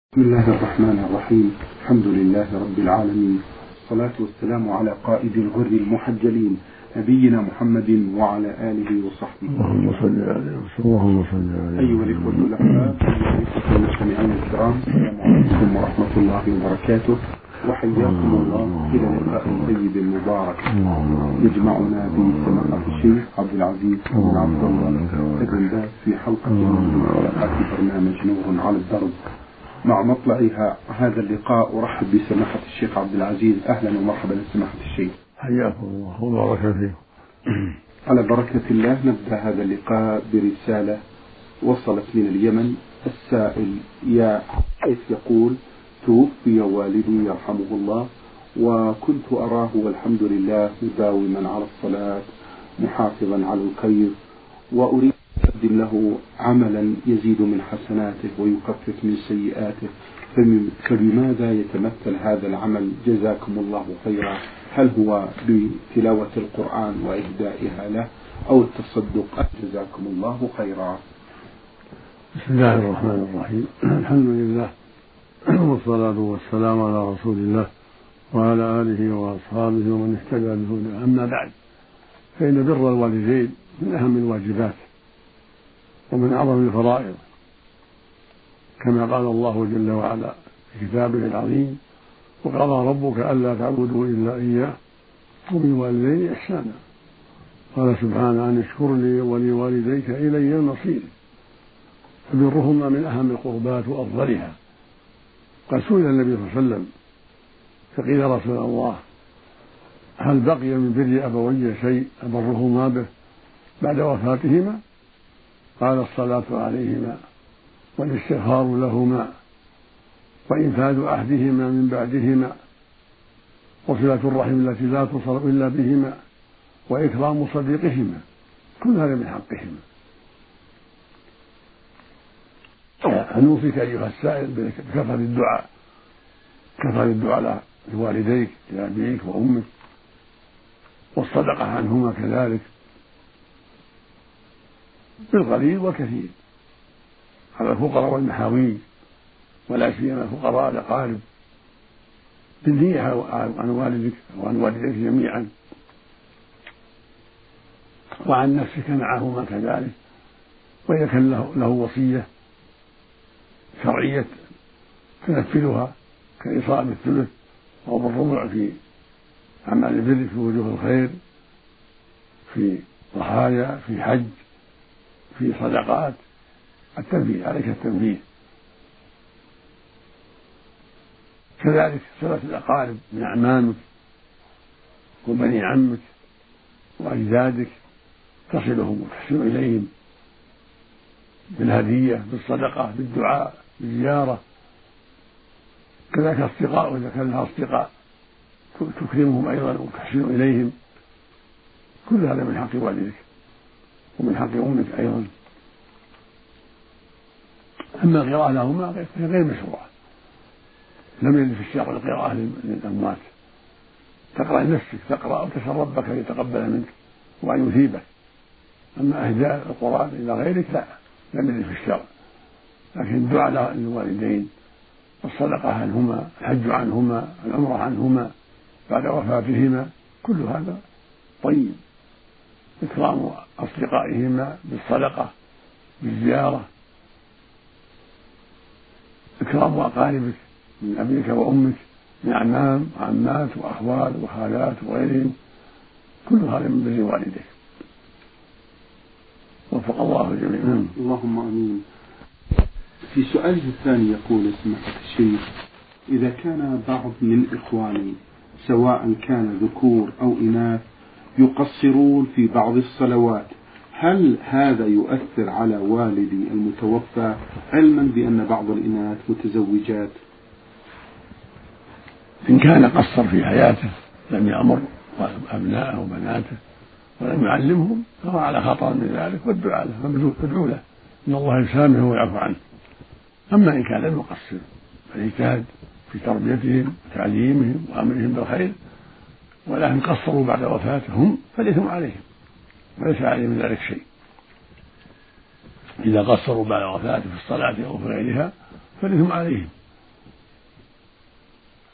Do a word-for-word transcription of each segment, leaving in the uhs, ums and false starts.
بسم الله الرحمن الرحيم. الحمد لله رب العالمين، والصلاة والسلام على قائد الغر المحجلين نبينا محمد وعلى آله وصحبه. اللهم صل عليه اللهم صل عليه. أيها الإخوة الأحباب، أيها الإخوة المستمعين الكرام، السلام عليكم ورحمة الله وبركاته، وحياكم الله إلى لقاء طيب مبارك يجمعنا بسماحة الشيخ عبد العزيز بن عبد الله بن باز في حلقة من حلقات برنامج نور على الدرب. مع مطلعها هذا اللقاء أرحب بسماحة الشيخ عبد العزيز. أهلا ومرحبا سماحة الشيخ. حياكم الله وبارك فيكم. على بركة الله نبدأ هذا اللقاء برسالة وصلت من اليمن. السائل يا حيث يقول: توفي والدي يرحمه الله، وكنت أراه والحمد لله مداوما على الصلاة محافظا على الخير، وأريد أقدم له عملا يزيد من حسناته ويخفف من سيئاته، فبماذا يتمثل هذا العمل جزاكم الله خيرا؟ هل هو بتلاوة القرآن وإهدائها له أو التصدق؟ جزاكم الله خيرا. بسم الله الرحمن الرحيم. الحمد لله والصلاة والسلام على رسول الله وعلى آله وأصحابه ومن اهتدى بهداه. أما بعد، فإن بر الوالدين من أهم الواجبات ومن أعظم الفرائض، كما قال الله جل وعلا في كتابه العظيم: وقضى ربك ألا تعبدوا إلا إياه وبالوالدين إحسانا. قال سبحانه: أن اشكر لي ولوالديك إلي المصير. فبرهما من أهم القربات وأفضلها. قد سئل النبي صلى الله عليه وسلم فقيل: يا رسول الله، هل بقي من بر أبوي شيء أبرهما به بعد وفاتهما؟ قال: الصلاة عليهما والاستغفار لهما وإنفاذ عهدهما من بعدهما وصلة الرحم التي لا تصل إلا بهما وإكرام صديقهما، كل هذا من حقهما. فنوصيك أيها السائل بكثرة الدعاء، كثرة الدعاء لوالديك لأبيك وأمك، والصدقة عنهما كذلك بالقليل والكثير، على الفقراء والمحاويج، ولا سيما الفقراء الأقارب، بالنية عن والدك وعن والديك جميعا، وعن نفسك معهما كذلك. وإذا كان له, له وصية شرعية تنفذها كإيصال بالثلث أو بالربع في أعمال البر، في وجوه الخير، في ضحايا، في حج، في صدقات، التنفيذ عليك التنفيذ. كذلك صلة الأقارب من أعمامك وبني عمك وأجدادك، تصلهم وتحسن إليهم بالهدية، بالصدقة، بالدعاء، بالزيارة. كذلك أصدقاء، إذا كان لها أصدقاء تكرمهم أيضا وتحسن إليهم. كل هذا من حق والدك ومن حق أمك أيضا. أما القراءة لهما فهي غير مشروعة، لم يرد في الشرع القراءة للأموات. تقرأ لنفسك، تقرأ وتسأل ربك أن يتقبل منك وأن يثيبك. أما إهداء القرآن إلى غيرك لا، لم يرد في الشرع. لكن الدعاء للوالدين، الصدقة عنهما، الحج عنهما، العمرة عنهما بعد وفاتهما، كل هذا طيب. إكرام أصدقائهما بالصدقة، بالزيارة، إكرام أقاربك من أبيك وأمك من أعمام وعمات وأخوال وخالات وغيرهم، كل هذا من بر والديك. وفق الله الجميع. اللهم آمين. في سؤاله الثاني يقول: سماحة الشيخ، إذا كان بعض من إخواني سواء كان ذكور أو إناث يقصرون في بعض الصلوات، هل هذا يؤثر على والدي المتوفى، علما بأن بعض الإناث متزوجات؟ إن كان قصر في حياته لم يأمر أبناءه وبناته ولم يعلمهم فهو على خطر من ذلك، والدعاء له، فادعوا له إن الله يسامحه ويعفو عنه. أما إن كان لم يقصر فالاجتهاد في تربيتهم وتعليمهم وأمرهم بالخير، ولكن قصروا بعد وفاتهم فالإثم عليهم وليس عليهم من ذلك شيء. إذا قصروا بعد وفاته في الصلاة أو في غيرها فالإثم عليهم،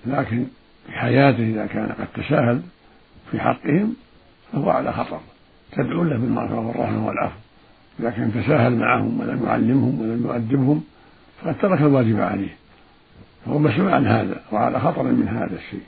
لكن في حياته إذا كان قد تساهل في حقهم فهو على خطر، تدعو له بالمغفرة والرحمة والعفو. إذا كان تساهل معهم ولم يعلمهم ولم يؤدبهم فقد ترك الواجب عليه، فهو مسؤول عن هذا وعلى خطر من هذا الشيء،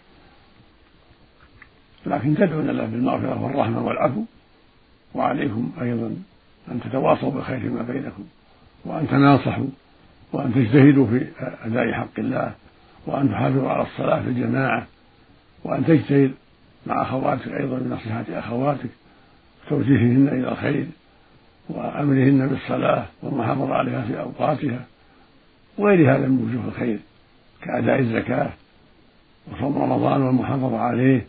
لكن تدعون له بالمغفرة والرحمة والعفو. وعليكم أيضا أن تتواصوا بالخير فيما بينكم، وأن تناصحوا، وأن تجتهدوا في أداء حق الله، وأن تحافظوا على الصلاة في الجماعة، وأن تجتهد مع أخواتك أيضا بنصيحة أخواتك وتوجيههن إلى الخير وأمرهن بالصلاة والمحافظة عليها في أوقاتها، وغير هذا من وجوه الخير كأداء الزكاة وصوم رمضان والمحافظة عليه،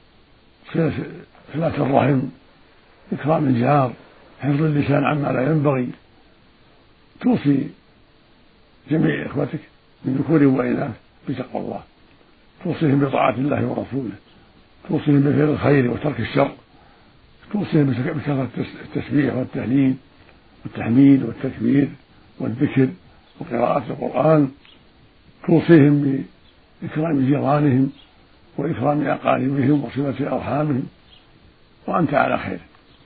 صلة الرحم، إكرام الجار، حفظ اللسان عما لا ينبغي. توصي جميع إخوتك من ذكور وإناث بتقوى الله، توصيهم بطاعة الله ورسوله، توصيهم بفعل الخير وترك الشر، توصيهم بكثرة التسبيح والتهليل والتحميد والتكبير والذكر وقراءة القرآن، توصيهم بإكرام جيرانهم وإكرام أقاربهم وصلة أرحامهم، وأنت على خير.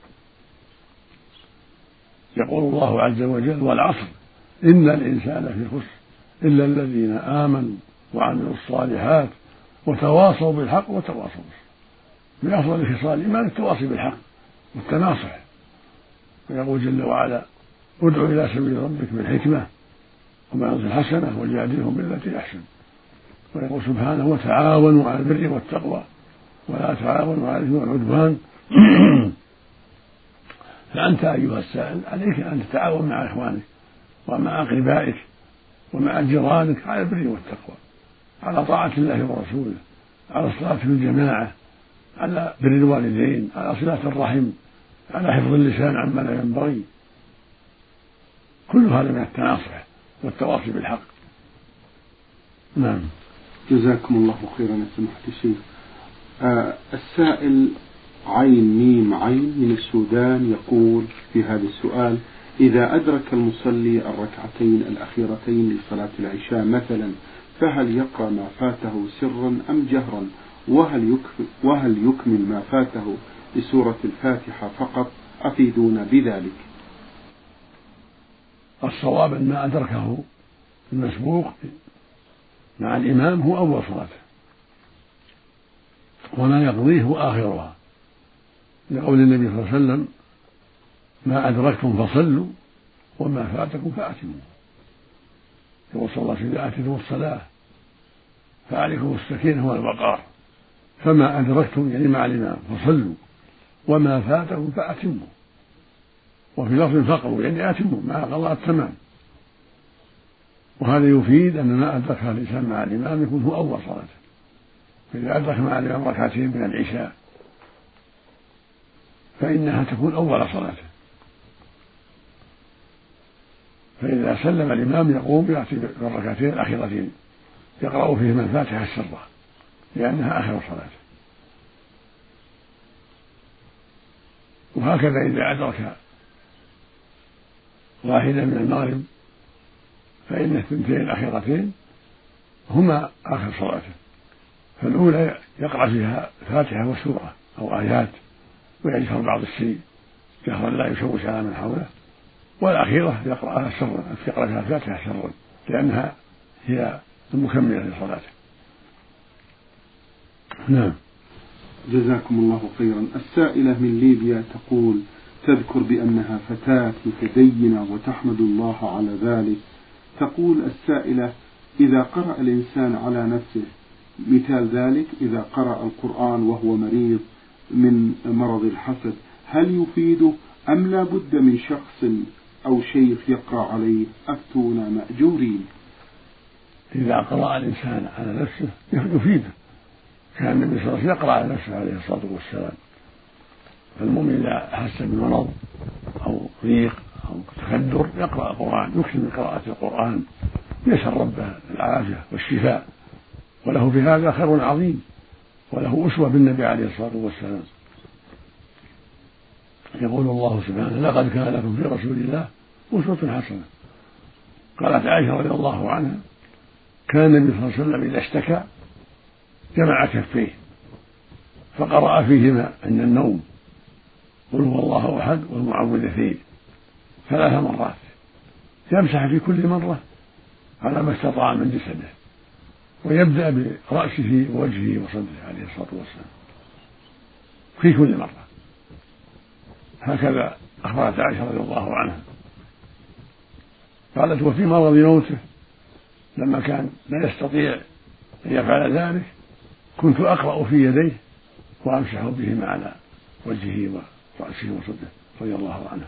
يقول الله عز وجل: والعصر إن الإنسان في خسر إلا الذين آمنوا وعملوا الصالحات وتواصوا بالحق وتواصوا بالصبر. من أفضل خصال الإيمان التواصي بالحق والتناصح. ويقول جل وعلا: ادع إلى سبيل ربك بالحكمة وموعظة الحسنة وجادلهم بالتي أحسن. ويقول سبحانه: وتعاونوا على البر والتقوى ولا تعاونوا على الإثم والعدوان. فأنت أيها السائل عليك أن تتعاون مع إخوانك ومع أقربائك ومع جيرانك على البر والتقوى، على طاعة الله ورسوله، على الصلاة في الجماعة، على بر الوالدين، على صلة الرحم، على حفظ اللسان عما لا ينبغي. كل هذا من التناصح والتواصي بالحق. نعم. جزاكم الله خيرا يا سماحة الشيخ. آه السائل عين ميم عين من السودان يقول في هذا السؤال: إذا أدرك المصلي الركعتين الأخيرتين لصلاة العشاء مثلا، فهل يقرأ ما فاته سرا أم جهرا؟ وهل يكمل, وهل يكمل ما فاته بسورة الفاتحة فقط؟ أفيدونا بذلك. الصواب أن ما أدركه المسبوق مع الإمام هو أول صلاته، وما يقضيه هو آخرها، لقول النبي صلى الله عليه وسلم: ما أدركتم فصلوا وما فاتكم فأتموا. يقول صلى الله عليه وسلم: إذا أتيتم الصلاة فعليكم السكينة والوقار، فما أدركتم يعني مع الإمام فصلوا وما فاتكم فأتموا. وفي لفظ فقروا يعني أتموا مع قضاء التمام. وهذا يفيد أن ما أدركها الإنسان مع الإمام يكون هو أول صلاته. فإذا أدرك مع الإمام ركعتين من العشاء فإنها تكون أول صلاته، فإذا سلم الإمام يقوم يأتي بالركعتين الأخيرتين يقرأ فيهما الفاتحة السرة لأنها آخر صلاته. وهكذا إذا أدرك واحدة من المغرب فإن الثنتين الأخيرتين هما آخر صلاته، فالأولى يقرأ فيها الفاتحة والسورة أو آيات ويجهر بعض الشيء جهرا لا يشوش على من حوله، والأخيرة يقرأها سرا، يقرأ فيها الفاتحة سرا لأنها هي المكملة لصلاته. نعم. جزاكم الله خيرا. السائلة من ليبيا تقول: تذكر بأنها فتاة متدينة وتحمد الله على ذلك. تقول السائلة: إذا قرأ الإنسان على نفسه، مثال ذلك إذا قرأ القرآن وهو مريض من مرض الحسد، هل يفيده أم لا بد من شخص أو شيخ يقرأ عليه؟ أفتونا مأجورين. إذا قرأ الإنسان على نفسه يفيده، كان النبي صلى الله عليه وسلم يقرأ على نفسه عليه الصلاة والسلام. فالمؤمن إذا حس بمرض أو ضيق أو تخدر يقرأ القرآن، يكثر من قراءة القرآن، يسأل ربه العافية والشفاء، وله في هذا خير عظيم، وله أسوة بالنبي عليه الصلاة والسلام. يقول الله سبحانه: لقد كان لكم في رسول الله أسوة حسنة. قالت عائشة رضي الله عنها: كان النبي صلى الله عليه وسلم إذا اشتكى جمع كفيه فقرأ فيهما عند النوم قل هو الله أحد والمعوذتين ثلاث مرات، يمسح في كل مرة على ما استطاع من جسده، ويبدأ برأسه ووجهه وصدره عليه الصلاة والسلام في كل مرة. هكذا أخبرت عائشة رضي الله عنها قالت وفي مرض موته لما كان لا يستطيع أن يفعل ذلك كنت أقرأ في يديه وأمسح بهما على وجهه ورأسه وصدره رضي الله عنه.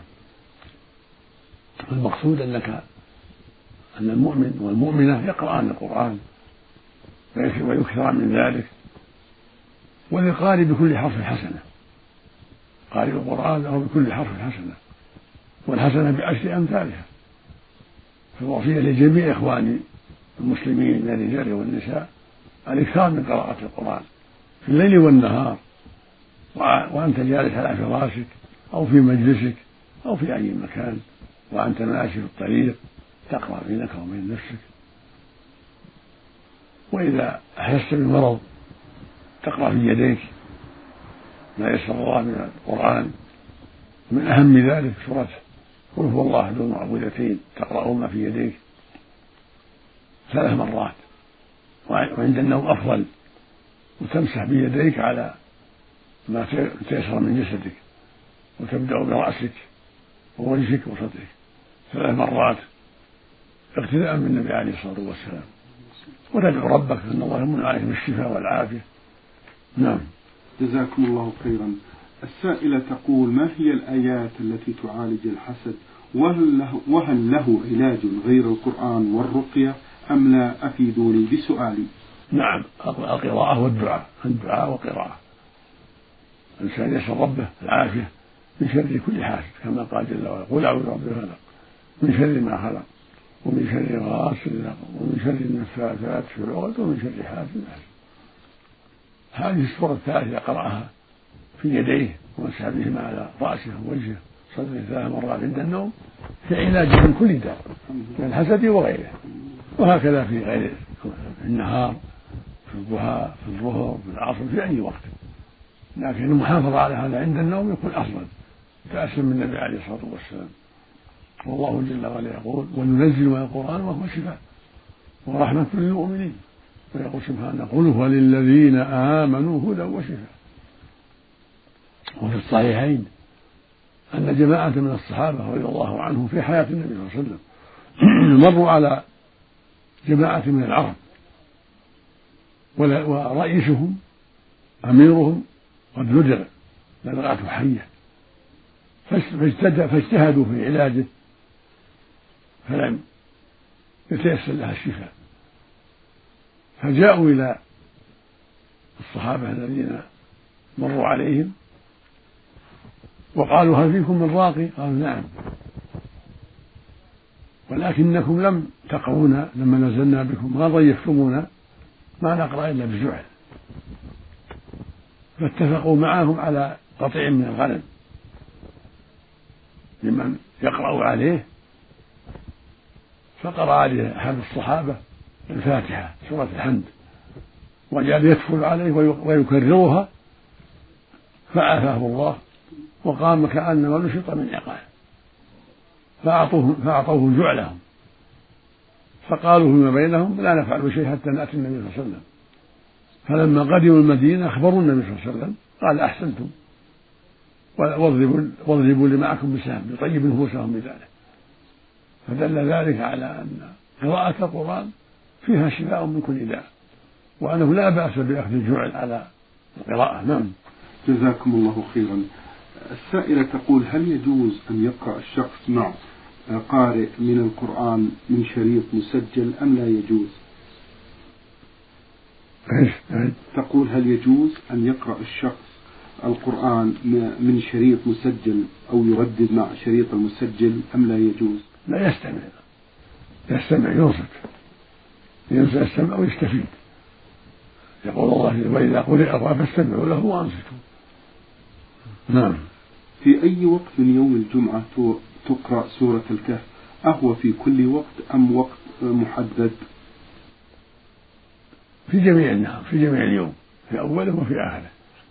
المقصود أنك أن المؤمن والمؤمنة يقرأان القرآن ويكثر من ذلك، وللقارئ بكل حرف حسنة، قارئ القرآن له بكل حرف حسنة، والحسنة بعشر أمثالها. فالوصية لجميع إخواني المسلمين من الرجال والنساء الإكثار من قراءة القرآن في الليل والنهار، وأنت جالس على فراشك أو في مجلسك أو في أي مكان، وأنت ماشي في الطريق تقرأ بينك وبين نفسك. وإذا أحسست بالمرض تقرأ في يديك ما يسر الله من القرآن، من أهم ذلك سورة قل هو الله أحد المعوذتين تقرأهما في يديك ثلاث مرات، وعند النوم أفضل، وتمسح بيديك على ما تيسر من جسدك، وتبدأ برأسك ووجهك وصدرك ثلاث مرات اقتداء من النبي عليه الصلاة والسلام، وتدعو ربك أن الله يمن عليك بالشفاء والعافية. نعم. جزاكم الله خيرا. السائلة تقول ما هي الآيات التي تعالج الحسد، وهل له, وهل له علاج غير القرآن والرقية أم لا؟ أفيدوني بسؤالي. نعم، القراءة والدعاء، الدعاء والقراءة. الإنسان يسأل ربه العافية من شر كل حاسد كما قال جل وعلا قل أعوذ برب الفلق من شر ما خلق ومن شر غاسق ومن شر النفاثات في العقد ومن شر حاسد. هذه السورة الثالثة قرأها في يديه ومسح بهما على رأسه ووجهه صدره ثلاث مرات عند النوم في علاج من كل داء من الحسد وغيره. وهكذا في غير النهار، في الضحى، في الظهر، في العصر، في أي وقت، لكن المحافظة على هذا عند النوم يكون أفضل تأسيا من النبي عليه الصلاة والسلام. والله جل وعلا يقول وننزل من القرآن وهو شفاء ورحمة للمؤمنين، ويقول سبحانه قل هو للذين آمنوا هدى وشفاء. وفي الصحيحين أن جماعة من الصحابة رضي الله عنهم في حياة النبي صلى الله عليه وسلم مروا على جماعة من العرب ورئيسهم أميرهم قد لدغ لدغته حية فاجتهدوا في علاجه فلم يتيسر لها الشفاء، فجاءوا إلى الصحابة الذين مروا عليهم وقالوا هل فيكم من راقي؟ قالوا نعم، ولكنكم لم تقرونا لما نزلنا بكم ما ضيفتمونا ما نقرأ إلا بزعل. فاتفقوا معهم على قطيع من الغنم لمن يقرأ عليه، فقرأ عليه أحد الصحابة الفاتحة سورة الحمد وجعل يدخل عليه ويكررها فعافاه الله وقام كأنما نشط من عقال، فأعطوه, فأعطوه جعلهم، فقالوا فيما بينهم لا نفعل شيء حتى نأتي النبي صلى الله عليه وسلم. فلما قدموا المدينة أخبروا النبي صلى الله عليه وسلم قال أحسنتم واضربوا, واضربوا لمعكم بسهم يطيب نفوسهم بذلك. فدل ذلك على أن قراءة القرآن فيها شفاء من كل داء، وأنه لا بأس بأخذ الجعل على القراءة. نعم. جزاكم الله خيرا. السائلة تقول هل يجوز أن يقرأ الشخص مع قارئ من القرآن من شريط مسجل أم لا يجوز؟ تقول هل يجوز أن يقرأ الشخص القرآن من شريط مسجل أو يردد مع شريط المسجل أم لا يجوز؟ لا، يستمع يستمع ينصت ينصت يستمع ويستفيد. يقول الله وإذا قرئ فاستمعوا له وأنصتوا. نعم. في أي وقت من يوم الجمعة تقرأ سورة الكهف؟ أهو في كل وقت أم وقت محدد؟ في في جميع النهار في جميع اليوم في أوله وفي آخره.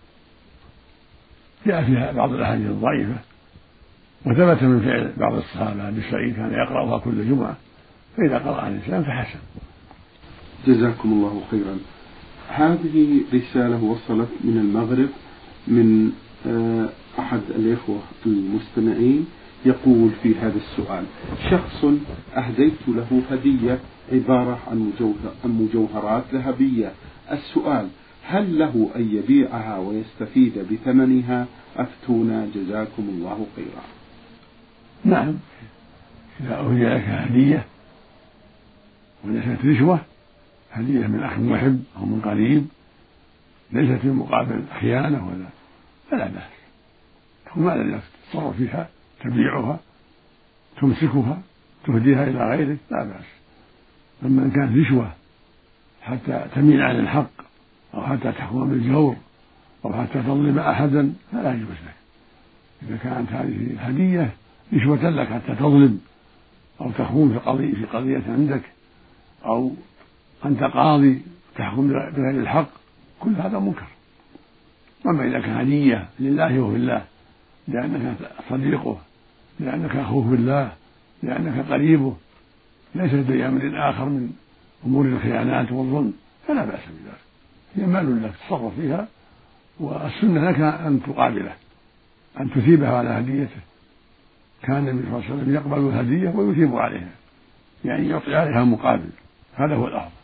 جاء فيها بعض الأحاديث الضعيفة، وثبت من فعل بعض الصحابة أبي سعيد كان يقرأها كل جمعة، فإذا قرأ الإنسان فحسن. جزاكم الله خيرا. هذه رسالة وصلت من المغرب من أحد الإخوة المستمعين، يقول في هذا السؤال: شخص أهديت له هدية عبارة عن مجوهرات ذهبية، السؤال: هل له أن يبيعها ويستفيد بثمنها؟ أفتونا جزاكم الله خيرا. نعم، إذا أهدي لك هدية وليست رشوة، هدية من أخ محب أو من قريب ليست في مقابل خيانة ولا فلا بأس، تكون مالا لك تتصرف فيها، تبيعها، تمسكها، تهديها إلى غيرك، لا بأس. أما إن كانت رشوة حتى تميل عن الحق أو حتى تحكم بالجور أو حتى تظلم أحدا فلا يجوز لك. إذا كانت هذه الهدية رشوة لك حتى تظلم أو تخون في قضية في قضية عندك، أو أنت قاضي تحكم بغير الحق، كل هذا منكر. أما إذا كان هدية لله وفي الله، لأنك صديقه، لأنك أخوه بالله، لأنك قريبه، ليس بأمر آخر من أمور الخيانات والظلم، فلا بأس بذلك. هي مال لك تصرف فيها، والسنة لك أن تقابله، أن تثيبها على هديته. كان النبي صلى الله عليه وسلم يقبل الهدية ويثيب عليها، يعني يعطي عليها مقابل، هذا هو الأفضل.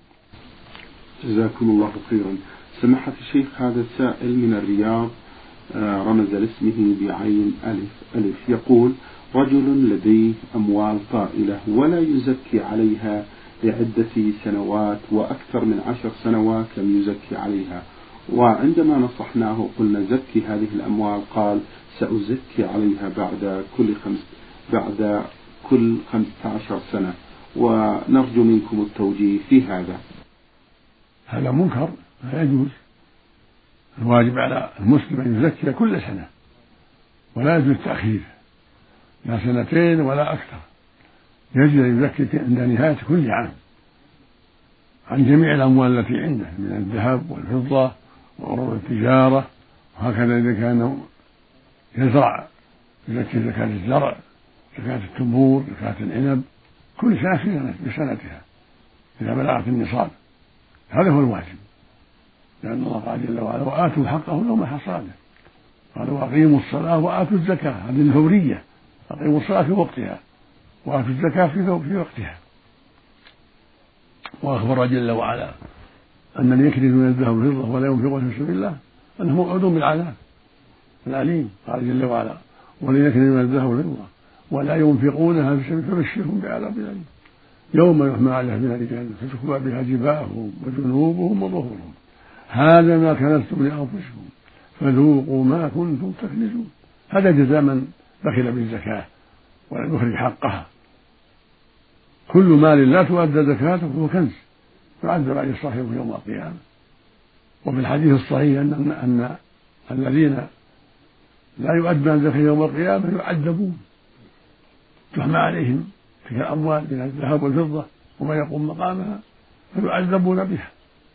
جزاكم الله خيرا. سماحة الشيخ، هذا سائل من الرياض رمز لاسمه بعين ألف ألف، يقول: رجل لديه أموال طائلة ولا يزكي عليها لعدة سنوات وأكثر من عشر سنوات لم يزكي عليها، وعندما نصحناه قلنا زكي هذه الأموال قال: سأزكي عليها بعد كل خمس بعد كل خمسة عشر سنة، ونرجو منكم التوجيه في هذا. هذا منكر، لا يجوز. الواجب على المسلم أن يزكي كل سنة، ولا يجوز التأخير، لا سنتين ولا أكثر، يجب أن يزكي عند نهاية كل عام عن جميع الأموال التي عنده من الذهب والفضة وعروض التجارة. وهكذا إذا كان يزرع يزكي زكاة الزرع، زكاة التمور، زكاة العنب، كل سنة بسنتها إذا بلغت النصاب. هذا هو الواجب، لأن الله قال جل وعلا: وآتوا حقه يوم حصاده. قال: وأقيموا الصلاة وآتوا الزكاة، هذه الفورية، أقيموا الصلاة في وقتها وآتوا الزكاة في وقتها. وأخبر جل وعلا أن من يكنزون الذهب والفضة ولا ينفقون في سبيل الله أنهم موعودون بالعذاب الأليم. قال جل وعلا: ولا يكنزون الذهب والفضة ولا ينفقونها في سبيل فبشرهم بعذاب أليم يوم يحمى عليها في نار جهنم فتكوى بها جباههم وجنوبهم وظهورهم هذا ما كنزتم لأنفسكم فذوقوا ما كنتم تكنزون. هذا جزاء من بخل بالزكاة ولم يخرج حقها. كل مال لا تؤدى زكاته فهو كنز يعذب عليه صاحبه يوم القيامة. وفي الحديث الصحيح أن, أن الذين لا يؤدون الزكاة يوم القيامة يعذبون، تحمى عليهم تلك الأموال من الذهب والفضة وما يقوم مقامها فيعذبون بها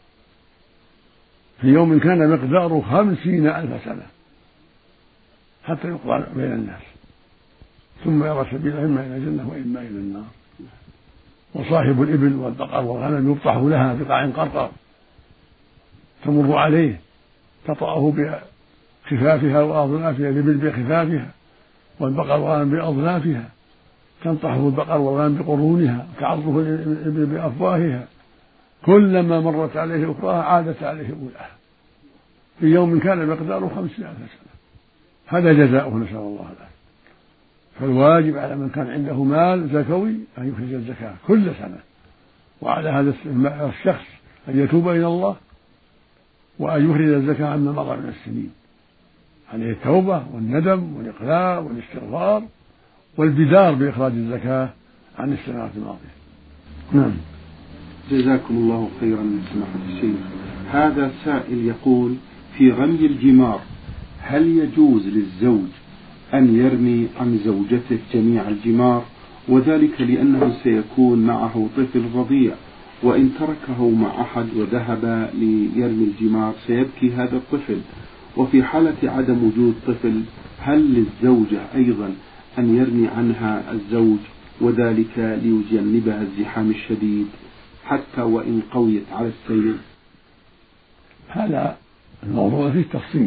في يوم كان مقداره خمسين ألف سنة حتى يقضى بين الناس، ثم يرى سبيله إما إلى الجنة وإما إلى النار. وصاحب الإبل والبقر والغنم يبطح لها بقاع قرقر تمر عليه تطأه بخفافها وأظلافها، الإبل بخفافها والبقر والغنم بأظلافها، تنطحه البقر والغنم بقرونها، تعضه الإبل بأفواهها، كلما مرت عليه أخراها عادت عليه أولاها في يوم كان مقداره خمسين ألف سنة. هذا جزاؤه، نسأل الله العافية. فالواجب على من كان عنده مال زكوي أن يخرج الزكاة كل سنة، وعلى هذا الشخص أن يتوب إلى الله وأن يخرج الزكاة عما مضى من السنين. عليه التوبة والندم والإقلاع والاستغفار والبدار بإخراج الزكاة عن السنوات الماضية. نعم. جزاكم الله خيرا سماحة الشيخ. هذا سائل يقول: في رمي الجمار هل يجوز للزوج أن يرمي عن زوجته جميع الجمار، وذلك لأنه سيكون معه طفل رضيع وإن تركه مع أحد وذهب ليرمي الجمار سيبكي هذا الطفل. وفي حالة عدم وجود طفل هل للزوجة أيضا أن يرمي عنها الزوج، وذلك ليجنبها الزحام الشديد حتى وإن قويت على السير؟ هذا الموضوع فيه تفصيل،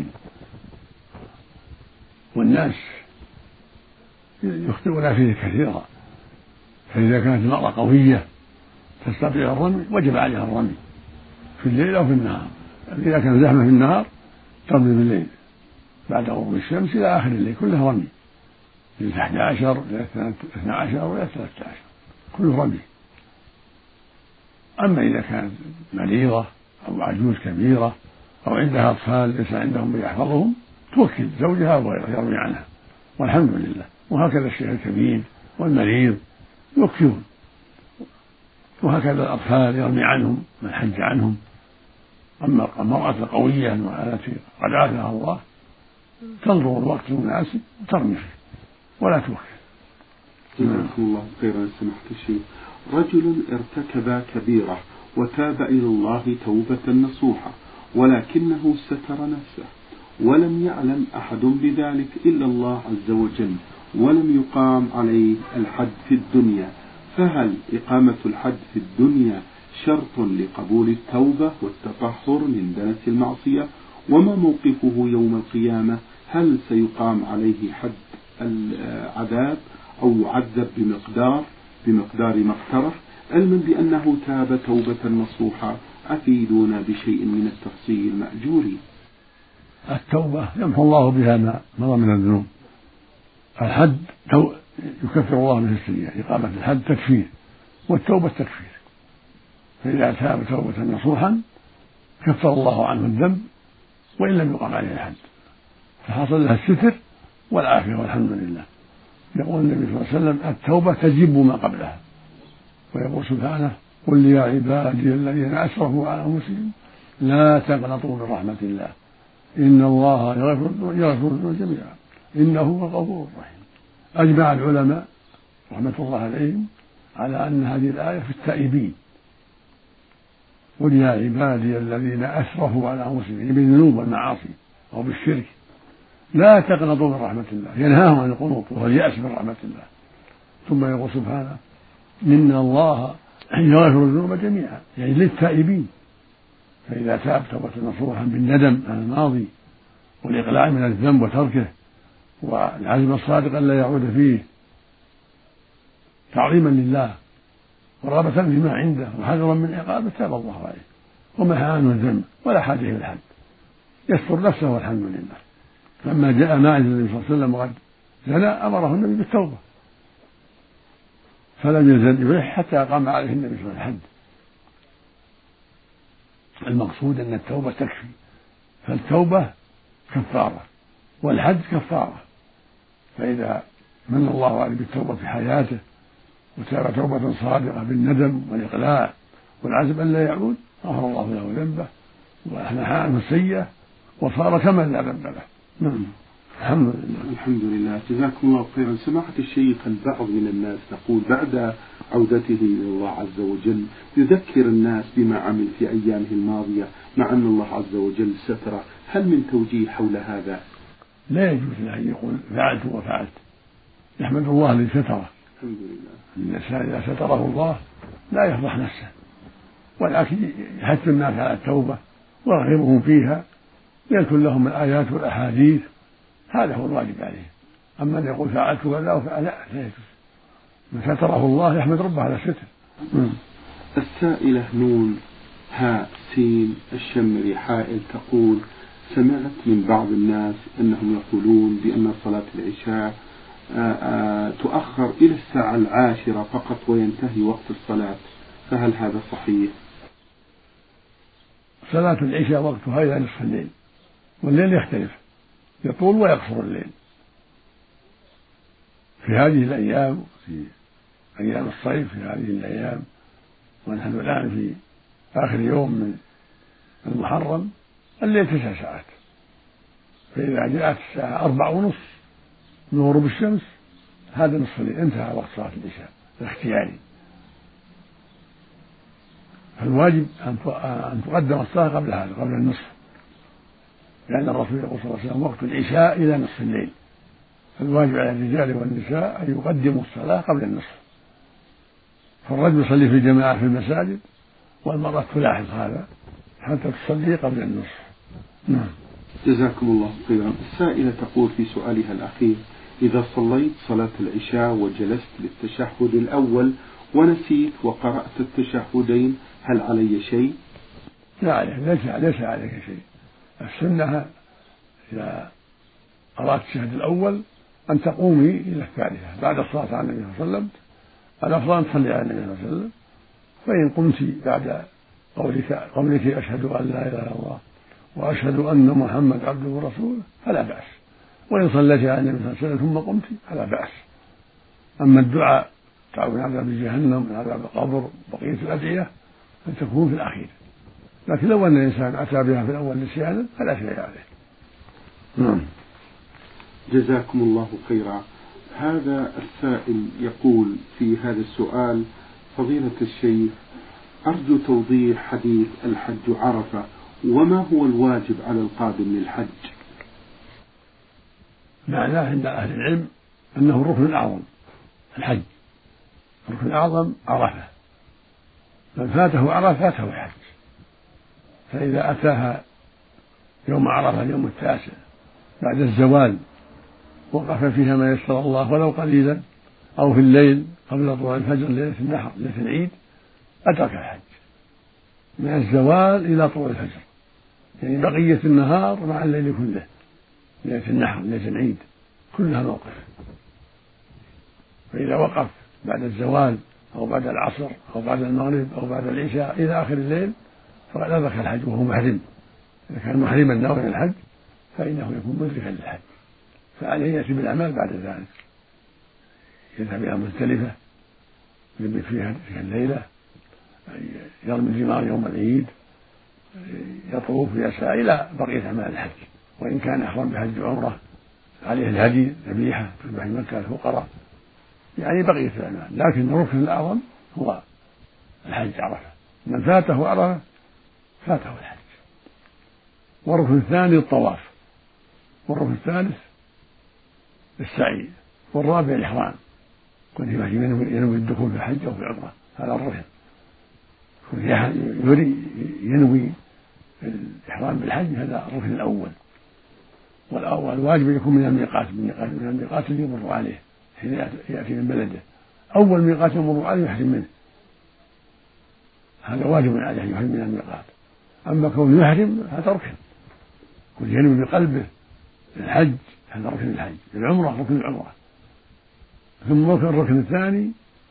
والناس يخطئون فيه كثيرا. فإذا كانت المرأة قوية تستطيع الرمي وجب عليها الرمي في الليل أو في النهار. إذا كان زحمة في النهار ترمي بالليل بعد غروب الشمس إلى آخر الليل كلها رمي، من أحد عشر إلى اثنى عشر وإلى ثلاثة عشر كله رمي. أما إذا كانت مريضة أو عجوز كبيرة أو عندها أطفال ليس عندهم من يحفظهم توكل زوجها وغيره يرمي عنها والحمد لله. وهكذا الشيخ الكبير والمريض يكفون، وهكذا الأطفال يرمي عنهم من حج عنهم. أما المرأة القوية التي قد عافاها الله تنظر الوقت المناسب وترمي فيه ولا توكل. جزاكم الله خيرا سمحت الشيخ. رجل ارتكب كبيرة وتاب إلى الله توبة نصوحة، ولكنه ستر نفسه ولم يعلم أحد بذلك إلا الله عز وجل، ولم يقام عليه الحد في الدنيا، فهل إقامة الحد في الدنيا شرط لقبول التوبة والتطهر من دنس المعصية؟ وما موقفه يوم القيامة؟ هل سيقام عليه حد العذاب أو يعذب بمقدار بمقدار ما اقترف، علما بأنه تاب توبة نصوحة؟ أفيدونا بشيء من التفصيل مأجورين. التوبة يمحو الله بها ما مضى من الذنوب. الحد يكفر الله به السيئة، إقامة الحد تكفير، والتوبة تكفير. فإذا تاب توبة نصوحا كفر الله عنه الذنب وإن لم يقام عليه الحد، فحصل لها الستر والعافية والحمد لله. يقول النبي صلى الله عليه وسلم التوبة تجب ما قبلها، ويقول سبحانه قل يا عبادي الذين أسرفوا على أنفسهم لا تقنطوا من رحمة الله إن الله يغفر الذنوب جميعا إنه هو الغفور الرحيم. أجمع العلماء رحمة الله عليهم على أن هذه الآية في التائبين. قل يا عبادي الذين أسرفوا على أنفسهم بالذنوب والمعاصي أو بالشرك لا تقنطوا من رحمة الله، ينهاهم عن القنوط وهو اليأس من رحمة الله. ثم يقول سبحانه إن الله يغفر الذنوب جميعا، يعني للتائبين. فإذا تاب توبة نصوحا بالندم على الماضي والإقلاع من الذنب وتركه والعزم الصادق ألا يعود فيه تعظيما لله ورغبة فيما عنده وحذرا من عقابه تاب الله عليه ومحى عنه الذنب ولا حاجة إلى الحد، يستر نفسه والحمد لله. لما جاء ماعز النبي صلى الله عليه وسلم وقد زنى أمره النبي بالتوبة فلم يزل يلح حتى قام عليه النبي صلى الله عليه وسلم الحد. المقصود أن التوبة تكفي، فالتوبة كفارة والحد كفارة. فإذا من الله عليه بالتوبة في حياته وتاب توبة صادقة بالندم والإقلاع والعزم أن لا يعود غفر الله له ذنبه وأحنح عنه السيئة وصار كمن لا ذنب له. نعم الحمد لله. الحمد لله. جزاكم الله خيرا. سماحة الشيخ، البعض من الناس نقول بعد عودته إلى الله عز وجل يذكر الناس بما عمل في أيامه الماضية مع أن الله عز وجل ستره، هل من توجيه حول هذا؟ لا يجوز له أن يقول فعلت وفعلت، يحمد الله الذي ستره. الحمد لله. الإنسان إذا ستره الله لا يفضح نفسه، ولكن يحث الناس على التوبة ويرغبهم فيها، يذكر لهم الآيات والأحاديث، هذا هو الواجب عليه. أما أن يقول فعلت كذا وفعل لا لا يجوز. من ستره الله يحمد ربه على الستر. السائلة نون هاء سين الشمري حائل تقول سمعت من بعض الناس أنهم يقولون بأن صلاة العشاء تؤخر إلى الساعة العاشرة فقط وينتهي وقت الصلاة، فهل هذا صحيح؟ صلاة العشاء وقتها إلى نصف الليل، والليل يختلف، يطول ويقصر الليل. في هذه الأيام في أيام الصيف في هذه الأيام ونحن الآن في آخر يوم من المحرم الليل تسع ساعات، فإذا جاءت الساعة أربع ونصف من غروب الشمس هذا نصف الليل، انتهى وقت صلاة العشاء الاختياري. فالواجب أن تقدم الصلاة قبل هذا، قبل النصف، لأن الرسول يقول صلى الله عليه وسلم وقت العشاء إلى نصف الليل، فالواجب على الرجال والنساء أن يقدموا الصلاة قبل النصف. فالرجل يصلي في الجماعة في المساجد، والمرأة تلاحظ هذا حتى تصلي قبل النصف. نعم. جزاكم الله خيرا. السائلة تقول في سؤالها الأخير: إذا صليت صلاة العشاء وجلست للتشهد الأول ونسيت وقرأت التشهدين هل علي شيء؟ لا عليك، ليس ليس عليك شيء. السنة إذا قرأت التشهد الأول أن تقومي إلى الثالثة بعد الصلاة على النبي صلى الله عليه وسلم، الأفضل أن تصلي على النبي صلى الله عليه وسلم. فإن قمت بعد قولك قولك أشهد أن لا إله إلا الله وأشهد أن محمد عبده ورسوله فلا بأس، وإن صليت على النبي صلى الله عليه وسلم ثم قمت فلا بأس. أما الدعاء تعوذ من عذاب جهنم من عذاب القبر بقية الأدعية فتكون في الأخير، لكن لو أن الإنسان أتى بها في الأول نسيانا فلا شيء عليه. نعم. جزاكم الله خيرا. هذا السائل يقول في هذا السؤال: فضيلة الشيخ، أرجو توضيح حديث الحج عرفة، وما هو الواجب على القادم للحج؟ معناه عند أهل العلم أنه الركن الأعظم الحج، الركن الأعظم عرفة، من فاته عرفة فاته الحج. فإذا أتاها يوم عرفة اليوم التاسع بعد الزوال وقف فيها ما يسر الله ولو قليلا، أو في الليل قبل طلوع الفجر ليلة النحر ليلة العيد، أدرك الحج من الزوال إلى طلوع الفجر، يعني بقية النهار مع الليل كله، ليلة النحر ليلة العيد كلها موقف. فإذا وقف بعد الزوال أو بعد العصر أو بعد المغرب أو بعد العشاء إلى آخر الليل فقد أدرك الحج وهو محرم. إذا كان محرما ناويا الحج فإنه يكون مدركا للحج، فعليه يأتي بالأعمال بعد ذلك، يذهب إلى مزدلفة يبيت فيها تلك الليلة، يرمي الجمار يوم العيد، يطوف يسعى إلى بقية أعمال الحج. وإن كان أحرم بحج عمرة عليه الهدي ذبيحة تذبح في مكة الفقراء، يعني بقية الأعمال. لكن الركن الأعظم هو الحج عرفة، من فاته عرفة فاته الحج. والركن الثاني الطواف، والركن الثالث السعي، والرابع الإحرام، كل ينوي الدخول في الحج أو في العمرة، هذا الركن ينوي الإحرام بالحج، هذا الركن الأول. والواجب يكون من الميقات من الميقات اللي يمر عليه حين يأتي من بلده، أول ميقات يمر عليه يحرم منه، هذا واجب عليه أن يحرم من الميقات. أما كونه يحرم هذا ركن، كل ينوي بقلبه الحج هذا ركن الحج، العمرة ركن العمرة. ثم ركن الركن الثاني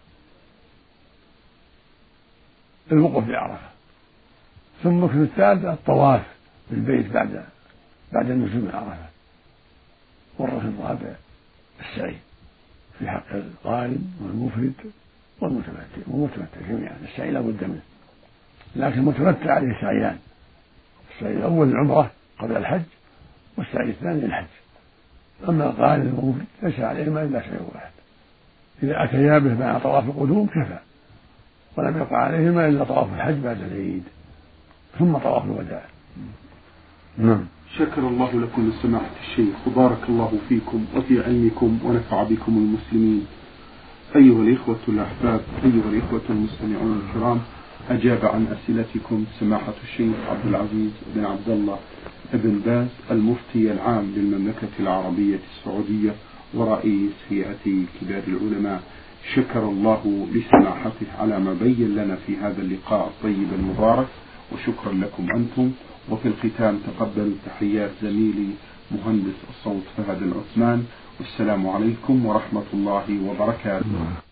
الوقوف بعرفة. ثم الركن الثالث الطواف بالبيت بعد بعد النزول من عرفة. والركن الرابع السعي في حق القارن والمفرد والمتمتع والمتمتع جميعا. السعي لا بد منه، لكن المتمتع عليه سعيان: السعي الأول العمرة قبل الحج، والسعي الثاني الحج. أما القارن والمفرد ليس عليهما إلا سعي واحد، إذا أتيا به مع طواف القدوم كفى، ولم يقع عليهما إلا طواف الحج بعد العيد ثم طواف الوداع. نعم. شكر الله لكم لسماحة الشيخ، وبارك الله فيكم وفي علمكم ونفع بكم المسلمين. أيها الإخوة الأحباب، أيها الإخوة المستمعون الكرام، أجاب عن أسئلتكم سماحة الشيخ عبد العزيز بن عبد الله بن باز المفتي العام للمملكة العربية السعودية ورئيس هيئة كبار العلماء. شكر الله لسماحته على ما بين لنا في هذا اللقاء الطيب المبارك، وشكرا لكم أنتم. وفي الختام تقبلوا تحيات زميلي مهندس الصوت فهد العثمان، والسلام عليكم ورحمة الله وبركاته.